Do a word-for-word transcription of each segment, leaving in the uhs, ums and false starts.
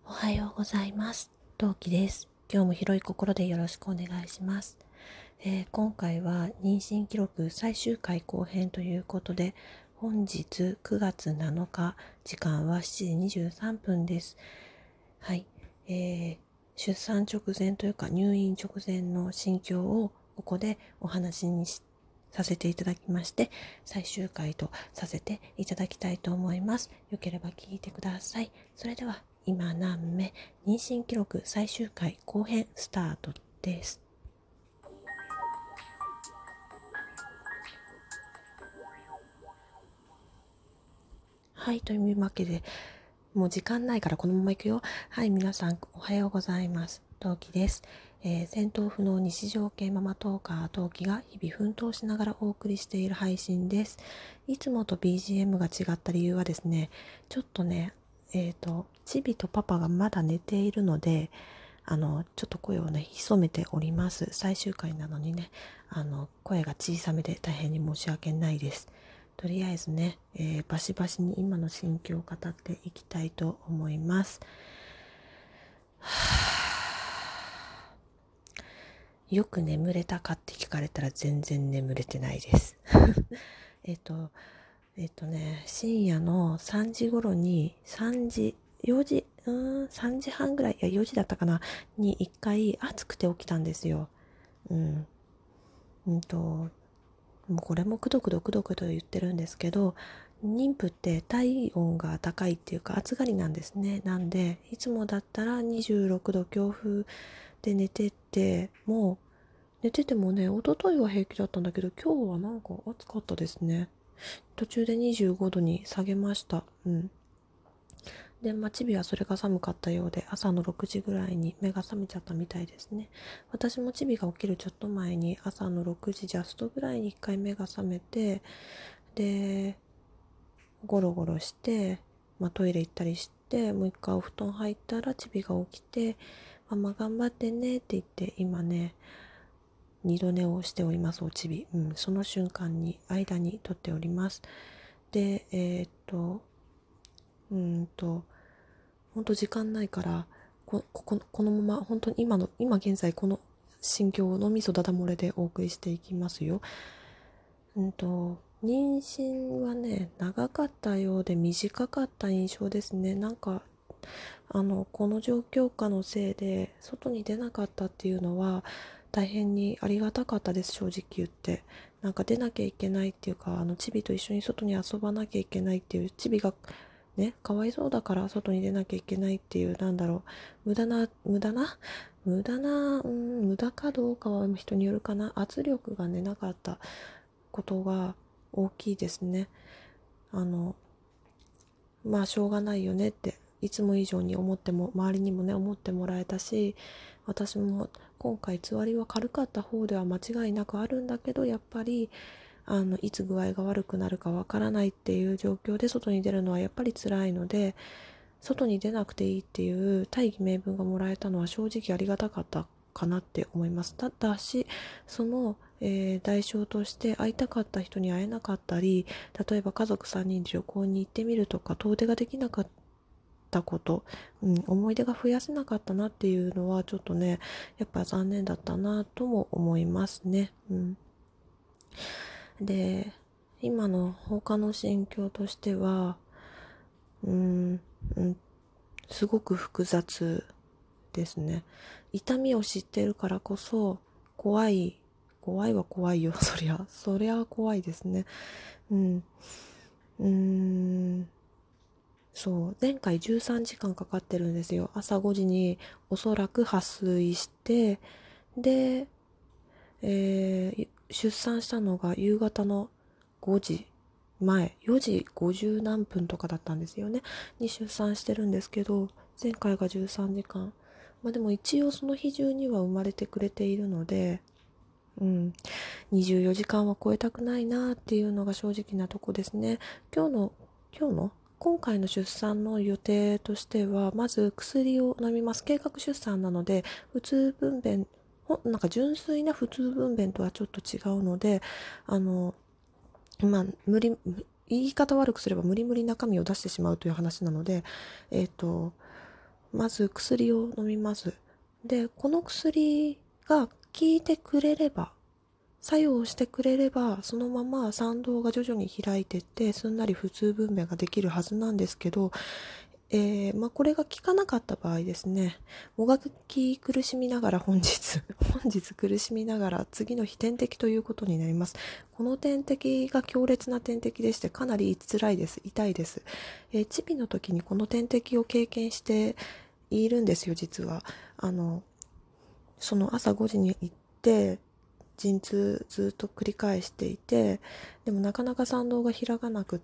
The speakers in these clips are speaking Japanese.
おはようございます。陶器です。今日も広い心でよろしくお願いします。えー今回は妊娠記録最終回後編ということで、本日くがつなのか、時間はしちじにじゅうさんぷんです。はい、えー出産直前というか入院直前の心境をここでお話にしさせていただきまして、最終回とさせていただきたいと思います。よければ聞いてください。それでは今何目妊娠記録最終回後編スタートです。はい、というわけで、もう時間ないからこのまま行くよ。はい、皆さんおはようございます。陶器です。えー戦闘不能日常系ママトーカー陶器が日々奮闘しながらお送りしている配信です。いつもと ビージーエム が違った理由はですね、ちょっとね、えっと、チビとパパがまだ寝ているので、あの、ちょっと声をね、潜めております。最終回なのにね、あの、声が小さめで大変に申し訳ないです。とりあえずね、えーバシバシに今の心境を語っていきたいと思います。よく眠れたかって聞かれたら全然眠れてないです。えっと、えっとね、深夜のさんじ頃に、さんじ、よじ、うーん、さんじはんぐらい、いやよじだったかな、にいっかい暑くて起きたんですよ。うん。うんと、もうこれもくどくどくどくど言ってるんですけど、妊婦って体温が高いっていうか暑がりなんですね。なんでいつもだったらにじゅうろくど強風で寝てても寝ててもね、一昨日は平気だったんだけど今日はなんか暑かったですね。途中でにじゅうごどに下げました。うん。で、まあ、チビはそれが寒かったようで、朝のろくじぐらいに目が覚めちゃったみたいですね。私もチビが起きるちょっと前に、朝のろくじジャストぐらいにいっかい目が覚めて、で、ゴロゴロして、まあ、トイレ行ったりして、もう一回お布団入ったらチビが起きて、ママ頑張ってねって言って、今ね、二度寝をしております、おちび。うん、その瞬間に、間に撮っております。で、えーっと、うーんと、ほんと時間ないからここここのまま本当に今の今現在この心境を脳みそダダ漏れでお送りしていきますよ。うんと妊娠はね長かったようで短かった印象ですね。なんかあのこの状況下のせいで外に出なかったっていうのは大変にありがたかったです。正直言って、なんか出なきゃいけないっていうか、あのチビと一緒に外に遊ばなきゃいけないっていう、チビがね、かわいそうだから外に出なきゃいけないっていう、なんだろう、無駄な無駄な無駄な、うん、無駄かどうかは人によるかな。圧力がねなかったことが大きいですね。あのまあしょうがないよねっていつも以上に思っても、周りにもね思ってもらえたし、私も今回つわりは軽かった方では間違いなくあるんだけど、やっぱりあのいつ具合が悪くなるかわからないっていう状況で外に出るのはやっぱり辛いので、外に出なくていいっていう大義名分がもらえたのは正直ありがたかったかなって思います。ただしその、えー代償として会いたかった人に会えなかったり、例えば家族さんにんで旅行に行ってみるとか遠出ができなかったこと、うん、思い出が増やせなかったなっていうのはちょっとねやっぱ残念だったなとも思いますね。うん、で今の他の心境としては、うーん、うん、すごく複雑ですね。痛みを知っているからこそ怖い、怖いは怖いよ。そりゃそりゃ怖いですね。うん、うーん、そう前回じゅうさんじかんかかってるんですよ。朝ごじにおそらく破水して、で、えー出産したのが夕方のごじまえ、よじごじゅう何分とかだったんですよねに出産してるんですけど、前回がじゅうさんじかん。まあでも一応その日中には生まれてくれているので、うん、にじゅうよじかんは超えたくないなっていうのが正直なとこですね。今日の今日の今回の出産の予定としては、まず薬を飲みます。計画出産なので普通分娩、なんか純粋な普通分娩とはちょっと違うので、あのまあ無理言い方悪くすれば無理無理中身を出してしまうという話なので、えっ、ーとまず薬を飲みます。で、この薬が効いてくれれば、作用してくれれば、そのまま産道が徐々に開いていって、すんなり普通分娩ができるはずなんですけど、えー、まあ、これが効かなかった場合ですね、もがき苦しみながら本日、本日苦しみながら次の日点滴ということになります。この点滴が強烈な点滴でして、かなり辛いです。痛いです。えー、チビの時にこの点滴を経験しているんですよ、実は。あの、その朝ごじに行って、陣痛ずっと繰り返していて、でもなかなか産道が開かなくって、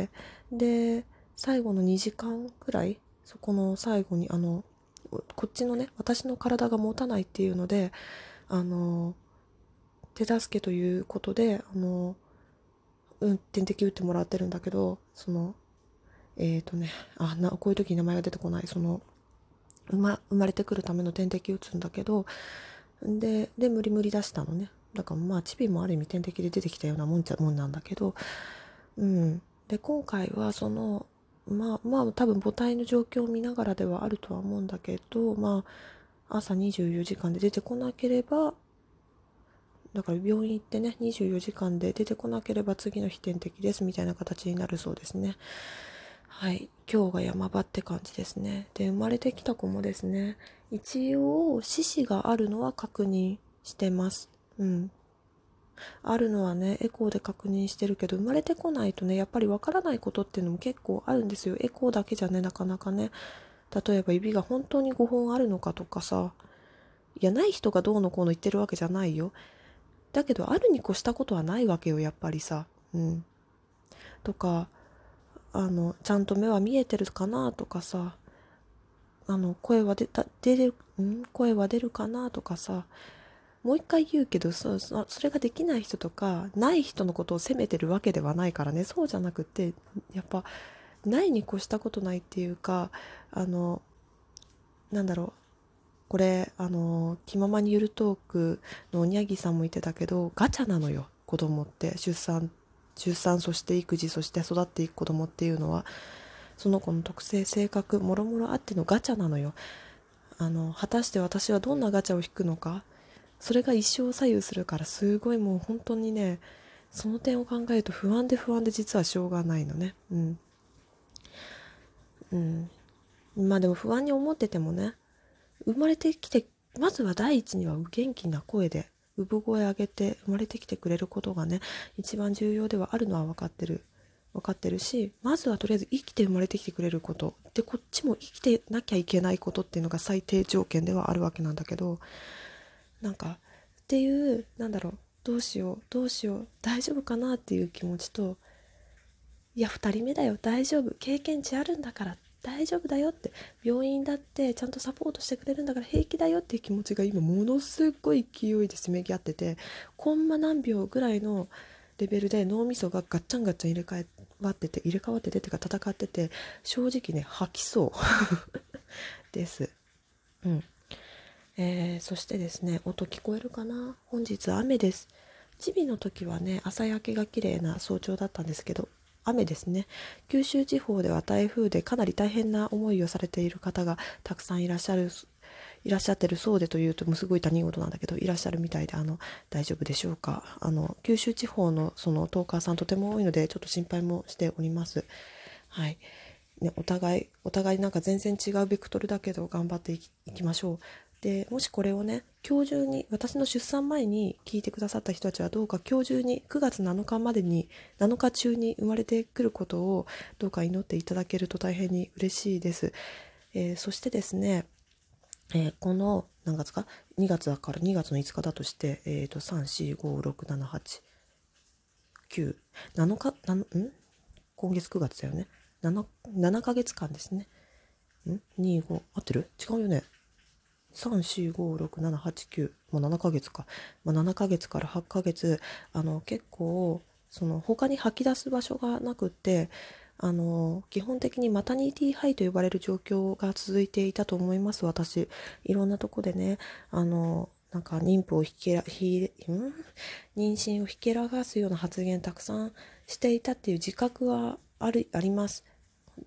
で、最後のにじかんくらい、そこの最後に、あの、こっちのね、私の体が持たないっていうので、あの、手助けということで、あの、うん、点滴打ってもらってるんだけど、その、えっとね、あ、な、こういう時に名前が出てこない、その、生ま、生まれてくるための点滴打つんだけど、で、で、無理無理出したのね。だからまあ、チビもある意味点滴で出てきたようなもんちゃもんなんだけど、うん。で、今回はその、まあまあ、多分母体の状況を見ながらではあるとは思うんだけど、まあ、朝にじゅうよじかんで出てこなければ、だから病院行ってね、にじゅうよじかんで出てこなければ次の日点滴ですみたいな形になるそうですね。はい。今日が山場って感じですね。で、生まれてきた子もですね、一応、四肢があるのは確認してます。うん。あるのはね、エコーで確認してるけど、生まれてこないとね、やっぱりわからないことっていうのも結構あるんですよ。エコーだけじゃね、なかなかね。例えば指が本当にごほんあるのかとかさ、いや、ない人がどうのこうの言ってるわけじゃないよ。だけど、あるに越したことはないわけよ、やっぱりさ。うん。とか、あの、ちゃんと目は見えてるかなとかさ、あの、声は出た、出る、ん声は出るかなとかさ、もう一回言うけど、そ、そそれができない人とか、ない人のことを責めてるわけではないからね、そうじゃなくて、やっぱ、ないに越したことないっていうか、あの、なんだろう、これ、あの、気ままにゆるトークのおにゃぎさんも言ってたけど、ガチャなのよ、子供って。出産、出産、そして育児、そして育っていく子供っていうのは、その子の特性、性格、もろもろあってのガチャなのよ。あの、果たして私はどんなガチャを引くのか、それが一生を左右するから、すごいもう本当にね、その点を考えると不安で不安で実はしょうがないのね。うん。うん。まあでも不安に思っててもね、生まれてきて、まずは第一には元気な声で、産声上げて生まれてきてくれることがね、一番重要ではあるのは分かってる。分かってるし、まずはとりあえず生きて生まれてきてくれること。で、こっちも生きてなきゃいけないことっていうのが最低条件ではあるわけなんだけど、なんか、っていう、なんだろう、どうしよう、どうしよう、大丈夫かなっていう気持ちと、いや、二人目だよ、大丈夫、経験値あるんだから、大丈夫だよって、病院だってちゃんとサポートしてくれるんだから平気だよっていう気持ちが今ものすごい勢いでせめぎ合ってて、コンマ何秒ぐらいのレベルで脳みそがガッチャンガッチャン入れ替わってて、入れ替わっててってか戦ってて、正直ね、吐きそうです。うん。えー、そしてですね、音聞こえるかな？本日雨です。チビの時はね、朝焼けが綺麗な早朝だったんですけど、雨ですね。九州地方では台風でかなり大変な思いをされている方がたくさんいらっしゃる、いらっしゃってるそうでというと、もうすごい他人事なんだけど、いらっしゃるみたいで、あの、大丈夫でしょうか。あの、九州地方のそのトーカーさんとても多いので、ちょっと心配もしております。はい。ね、お互い、お互いなんか全然違うベクトルだけど頑張っていき、いきましょう。で、もしこれをね、今日中に、私の出産前に聞いてくださった人たちはどうか今日中に、くがつなのかまでに、なのか中に生まれてくることをどうか祈っていただけると大変に嬉しいです。えーそしてですね、えーこの、何月か ?に 月だからにがつのいつかだとして、えっと、さん、よん、ご、ろく、なな、はち、きゅう、なのか、なの、ん今月くがつだよね。なな、ななかげつかんですね。ん ?に、ご、合ってる？違うよね。さん、よん、ご、ろく、なな、はち、きゅう、もうななかげつか。まあ、ななかげつからはちかげつ、あの、結構、その、他に吐き出す場所がなくって、あの、基本的にマタニティハイと呼ばれる状況が続いていたと思います、私。いろんなとこでね、あの、なんか妊婦をひけら、ひ、ん妊娠をひけらかすような発言たくさんしていたっていう自覚はある、あります。で、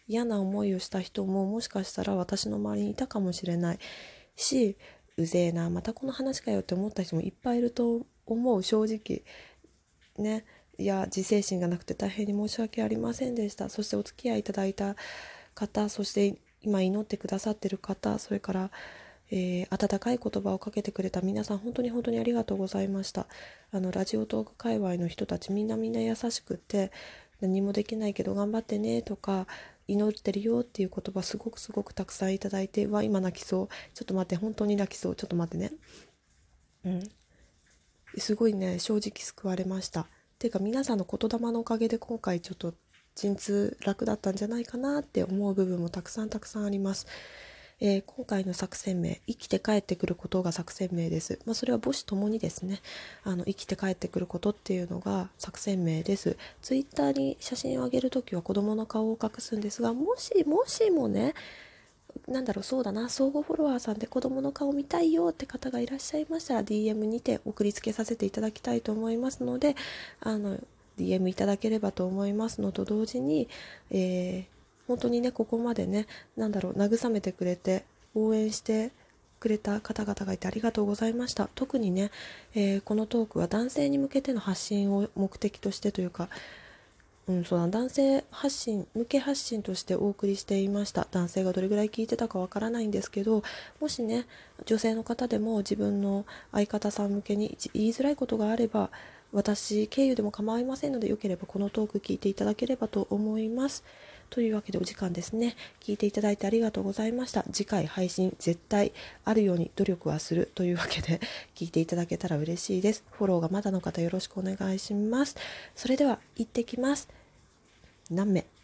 嫌な思いをした人ももしかしたら私の周りにいたかもしれないし、うぜえな、またこの話かよって思った人もいっぱいいると思う、正直ね。いや、自制心がなくて大変に申し訳ありませんでした。そしてお付き合いいただいた方、そして今祈ってくださってる方、それから、えー温かい言葉をかけてくれた皆さん、本当に本当にありがとうございました。あのラジオトーク界隈の人たち、みんなみんな優しくて、何もできないけど頑張ってねとか、祈ってるよっていう言葉、すごくすごくたくさんいただいて、わ、今泣きそう。ちょっと待って、本当に泣きそう。ちょっと待ってね。うん。すごいね、正直救われました。ていうか、皆さんの言霊のおかげで今回ちょっと陣痛楽だったんじゃないかなって思う部分もたくさんたくさんあります。えー今回の作戦名、生きて帰ってくることが作戦名です。まあ、それは母子ともにですね、あの生きて帰ってくることっていうのが作戦名です。ツイッターに写真を上げるときは子供の顔を隠すんですが、もしもしもね、なんだろう、そうだな、相互フォロワーさんで子供の顔見たいよって方がいらっしゃいましたら ディーエム にて送りつけさせていただきたいと思いますので、あの ディーエム いただければと思いますのと同時に、えー本当にね、ここまでね、なんだろう、慰めてくれて応援してくれた方々がいてありがとうございました。特にね、えーこのトークは男性に向けての発信を目的としてというか、うん、そうだ、男性発信、向け発信としてお送りしていました。男性がどれぐらい聞いてたかわからないんですけど、もしね、女性の方でも自分の相方さん向けに言いづらいことがあれば、私経由でも構いませんので、よければこのトーク聞いていただければと思います。というわけでお時間ですね。聞いていただいてありがとうございました。次回配信絶対あるように努力はするというわけで、聞いていただけたら嬉しいです。フォローがまだの方よろしくお願いします。それでは行ってきます。何名